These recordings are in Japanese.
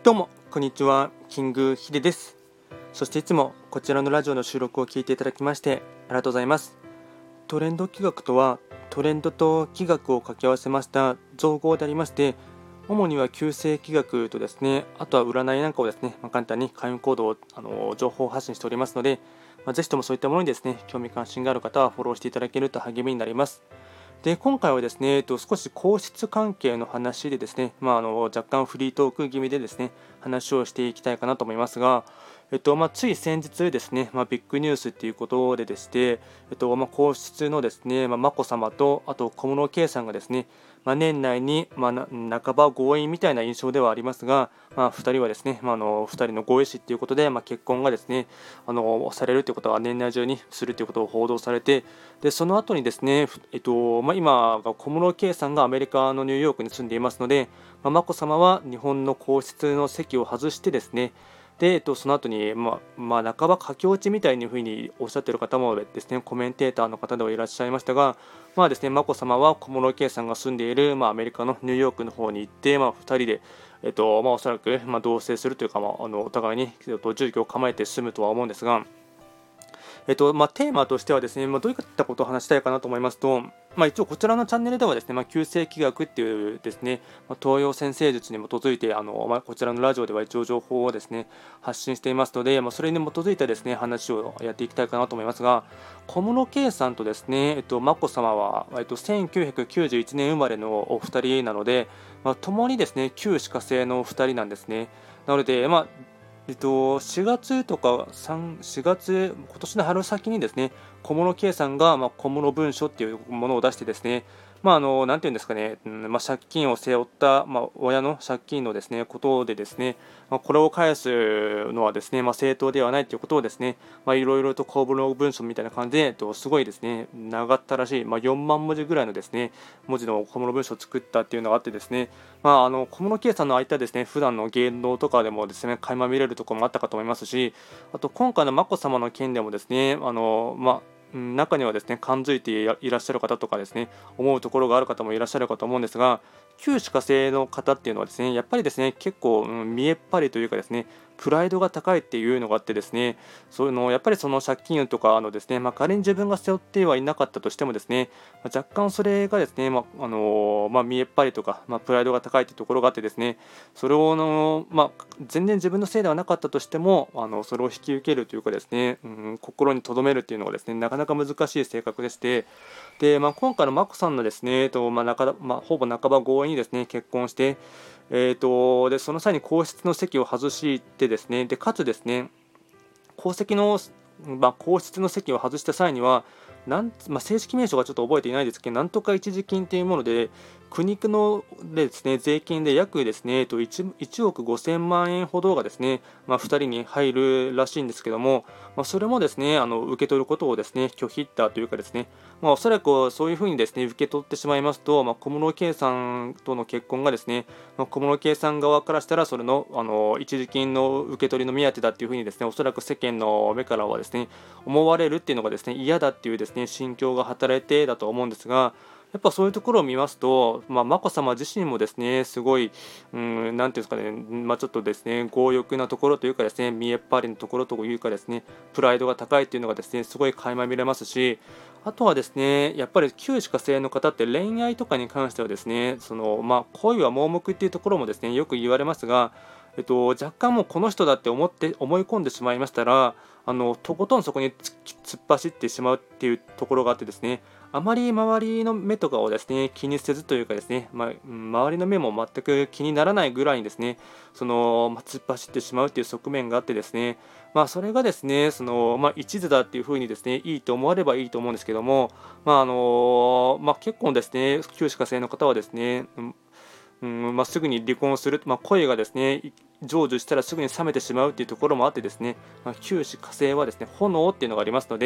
どうもこんにちは、キングヒデです。そしていつもこちらのラジオの収録を聞いていただきましてありがとうございます。トレンド企画とは、トレンドと気学を掛け合わせました造語でありまして、主には旧世気学とですね、あとは占いなんかをですね、簡単に開運行動を情報発信しておりますので、ぜひともそういったものにですね、興味関心がある方はフォローしていただけると励みになります。で、今回はですね、少し皇室関係の話でですね、若干フリートーク気味でですね、話をしていきたいかなと思いますが、つい先日ですね、ビッグニュースっていうことででして、皇室のですね、眞子さまと、あと小室圭さんがですね、年内に、半ば合意みたいな印象ではありますが、2人はですね、2人の合意思ということで、結婚がですね、されるということは年内中にするということを報道されて、でその後にですね、今が小室圭さんがアメリカのニューヨークに住んでいますので、眞子さまは日本の皇室の席を外してですね、でその後に、半ば駆け落ちみたいなふうにおっしゃっている方もですね、コメンテーターの方ではいらっしゃいましたが、ですね、眞子さまは小室圭さんが住んでいる、アメリカのニューヨークの方に行って、2人で、おそらく、同棲するというか、お互いに、住居を構えて住むとは思うんですが、テーマとしてはですね、どういったことを話したいかなと思いますと、一応こちらのチャンネルではですね、旧世気学っていうですね、東洋占星術に基づいてこちらのラジオでは一応情報をですね発信していますので、それに基づいてですね話をやっていきたいかなと思いますが、小室圭さんとですね、眞子さまは、1991年生まれのお二人なので、共にですね旧歯科生のお二人なんですね。なので、4月とか4月、今年の春先にですね、小室圭さんが、小室文書っていうものを出してですね、なんていうんですかね、借金を背負った、親の借金のですね、ことでですね、これを返すのはですね、正当ではないということをですね、いろいろと小室文書みたいな感じで、すごいですね、長ったらしい、4万文字ぐらいのですね、文字の小室文書を作ったっていうのがあってですね、小室圭さんのああいったですね、普段の言動とかでもですね、垣間見れるところもあったかと思いますし、あと今回の眞子さまの件でもですね、中にはですね、感づいていらっしゃる方とかですね、思うところがある方もいらっしゃるかと思うんですが、旧歯科生の方っていうのはですね、やっぱりですね、結構、見えっ張りというかですね、プライドが高いっていうのがあってですね、やっぱりその借金とかですね、仮に自分が背負ってはいなかったとしてもですね、若干それがですね、見えっ張りとか、プライドが高いというところがあってですね、それを全然自分のせいではなかったとしても、それを引き受けるというかですね、心に留めるというのがですね、なかなか難しい性格でして、で、今回の眞子さんのですね、ほぼ半ば合意にですね、結婚して、でその際に皇室の席を外してですね、でかつですね、皇籍の、皇室の席を外した際には、正式名称がちょっと覚えていないですけど、なんとか一時金というもので、国のですね、税金で約ですね、1億5000万円ほどがですね、2人に入るらしいんですけども、それもですね、受け取ることをですね、拒否ったというかですね、おそらくそういうふうにですね、受け取ってしまいますと、小室圭さんとの結婚がですね、小室圭さん側からしたら、それの、一時金の受け取りの目当てだっていうふうにですね、おそらく世間の目からはですね、思われるっていうのがですね、嫌だっていうですね、心境が働いてだと思うんですが、やっぱそういうところを見ますと、眞子さま自身もですね、すごい、なんていうんですかね、ちょっとですね、強欲なところというかですね、見えっ張りのところというかですね、プライドが高いっていうのがですね、すごい垣間見れますし、あとはですね、やっぱり旧歯科生の方って恋愛とかに関してはですね、恋は盲目っていうところもですね、よく言われますが、若干もうこの人だって思い込んでしまいましたら、とことんそこに突っ走ってしまうっていうところがあってですね、あまり周りの目とかをですね気にせずというかですね、周りの目も全く気にならないぐらいにですね、突っ走ってしまうという側面があってですね、それがですね、一途だっていうふうにですねいいと思わればいいと思うんですけども、結構ですね、旧歯科生の方はですね、すぐに離婚する、恋がですね成就したらすぐに冷めてしまうというところもあってですね、九死火星はですね炎っていうのがありますので、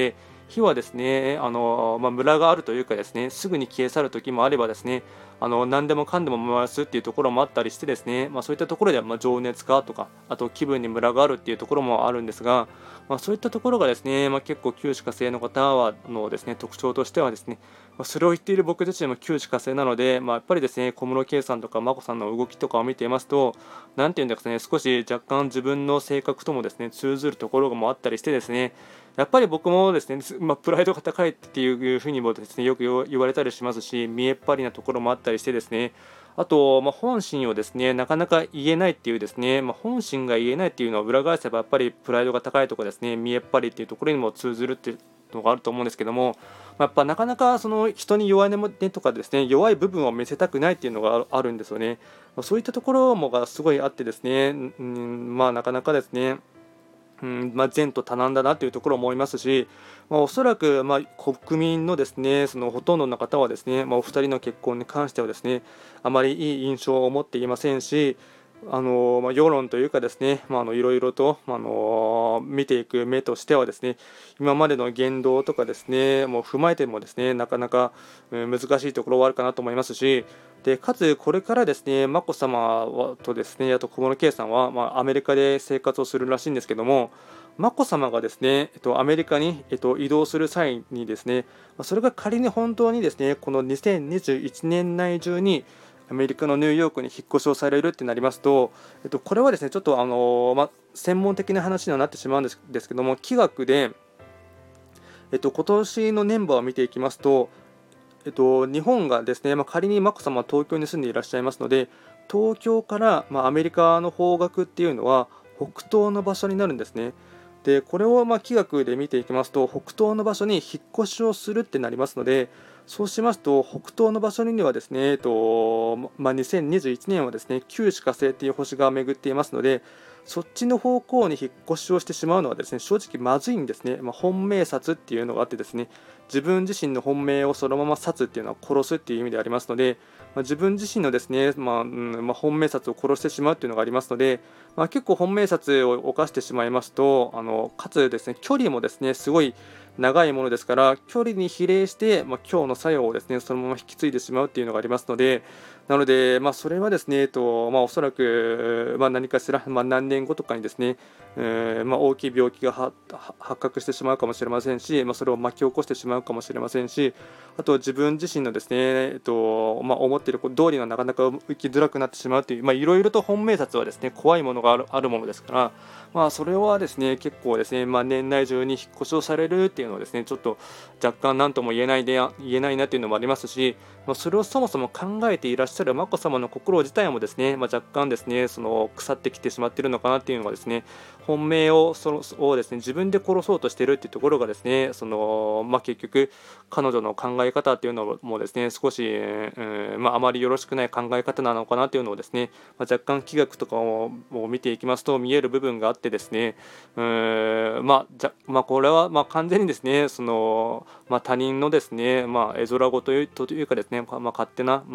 日はですね、ムラがあるというかですね、すぐに消え去る時もあればですね、何でもかんでも回すっていうところもあったりしてですね、そういったところでは情熱かとか、あと気分にムラがあるっていうところもあるんですが、そういったところがですね、結構旧歯科生の方はのですね特徴としてはですね、それを言っている僕自身も旧歯科生なので、やっぱりですね小室圭さんとか眞子さんの動きとかを見ていますと、なんていうんですかね、少し若干自分の性格ともですね通ずるところもあったりしてですね、やっぱり僕もですね、プライドが高いっていうふうにもですねよく言われたりしますし、見えっ張りなところもあったりしてですね、あと、本心をですねなかなか言えないっていうですね、本心が言えないっていうのを裏返せばやっぱりプライドが高いとかですね、見えっ張りっていうところにも通ずるっていうのがあると思うんですけども、やっぱなかなかその人に弱いねとかですね、弱い部分を見せたくないっていうのがあるんですよね。そういったところもがすごいあってですね、なかなかですね、前途多難だなというところを思いますし、おそらく、国民のですねそのほとんどの方はですね、お二人の結婚に関してはですね、あまりいい印象を持っていませんし、世論というかですね、いろいろと、見ていく目としてはですね、今までの言動とかですね、もう踏まえてもですね、なかなか、難しいところはあるかなと思いますし、でかつこれからですね、眞子さまとですね、あと小室圭さんは、アメリカで生活をするらしいんですけども、眞子さまがですね、アメリカに、移動する際にですね、それが仮に本当にですね、この2021年内中にアメリカのニューヨークに引っ越しをされるってなりますと、これはですね、ちょっと専門的な話にはなってしまうんですけども、気学で、今年の年版を見ていきますと、日本がですね、仮に眞子さまは東京に住んでいらっしゃいますので、東京から、アメリカの方角っていうのは北東の場所になるんですね。でこれを気学で見ていきますと、北東の場所に引っ越しをするってなりますので、そうしますと北東の場所にはですね、2021年はですね旧歯科星っていう星が巡っていますので、そっちの方向に引っ越しをしてしまうのはですね正直まずいんですね。本命殺っていうのがあってですね、自分自身の本命をそのまま殺っていうのは殺すっていう意味でありますので、自分自身のですね、本命殺を殺してしまうっていうのがありますので、結構本命殺を犯してしまいますと、かつですね距離もですねすごい長いものですから、距離に比例して、今日の作用をですねそのまま引き継いでしまうっていうのがありますので、なので、それはですね、おそらく、何かしら、何年後とかにですね、大きい病気が発覚してしまうかもしれませんし、それを巻き起こしてしまうかもしれませんし、あと自分自身のですね、思っている通りがなかなか生きづらくなってしまうという、いろいろと本命殺はですね、怖いものがあるものですから、それはですね、結構ですね、年内中に引っ越しをされるっていうのはですね、ちょっと若干何とも言えないなというのもありますし、それをそもそも考えていらっしゃる眞子さまの心自体もですね、若干ですね、その腐ってきてしまっているのかなっていうのがですね、本命をですね、自分で殺そうとしているっていうところがですね、結局彼女の考え方っていうのもですね、少し、あまりよろしくない考え方なのかなっていうのをですね、若干気学とかを見ていきますと見える部分があってですね、これは完全にですね、他人のですね、絵空語というかですね、勝手な、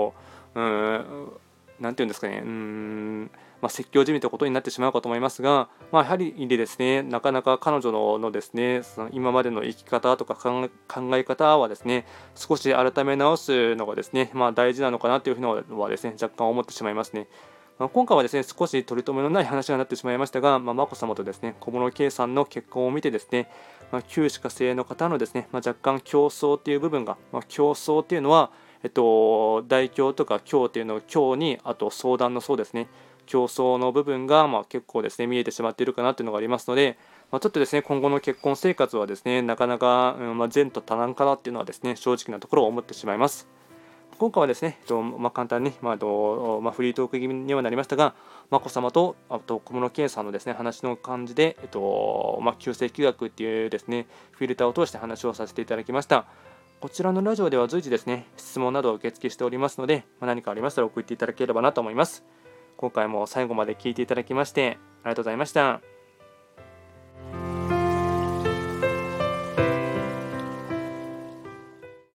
なんていうんですかね、説教じみたことになってしまうかと思いますが、やはりですね、なかなか彼女のですね、その今までの生き方とか考え方はですね、少し改め直すのがですね、大事なのかなというふうにはですね、若干思ってしまいますね。今回はですね、少し取り留めのない話になってしまいましたが、眞子さまとですね、小室圭さんの結婚を見てですね、旧歯科生の方のですね、若干競争っていう部分が、競争っていうのは、大凶とか凶っていうのを凶に、あと相談のそうですね、競争の部分が結構ですね見えてしまっているかなというのがありますので、ちょっとですね今後の結婚生活はですねなかなか、前途多難かなっていうのはですね正直なところを思ってしまいます。今回はですね、簡単に、フリートーク気味にはなりましたが、眞子さまとあと小室圭さんのですね話の感じで、旧世紀学っていうですねフィルターを通して話をさせていただきました。こちらのラジオでは随時ですね質問などを受付しておりますので、何かありましたら送っていただければなと思います。今回も最後まで聞いていただきましてありがとうございました。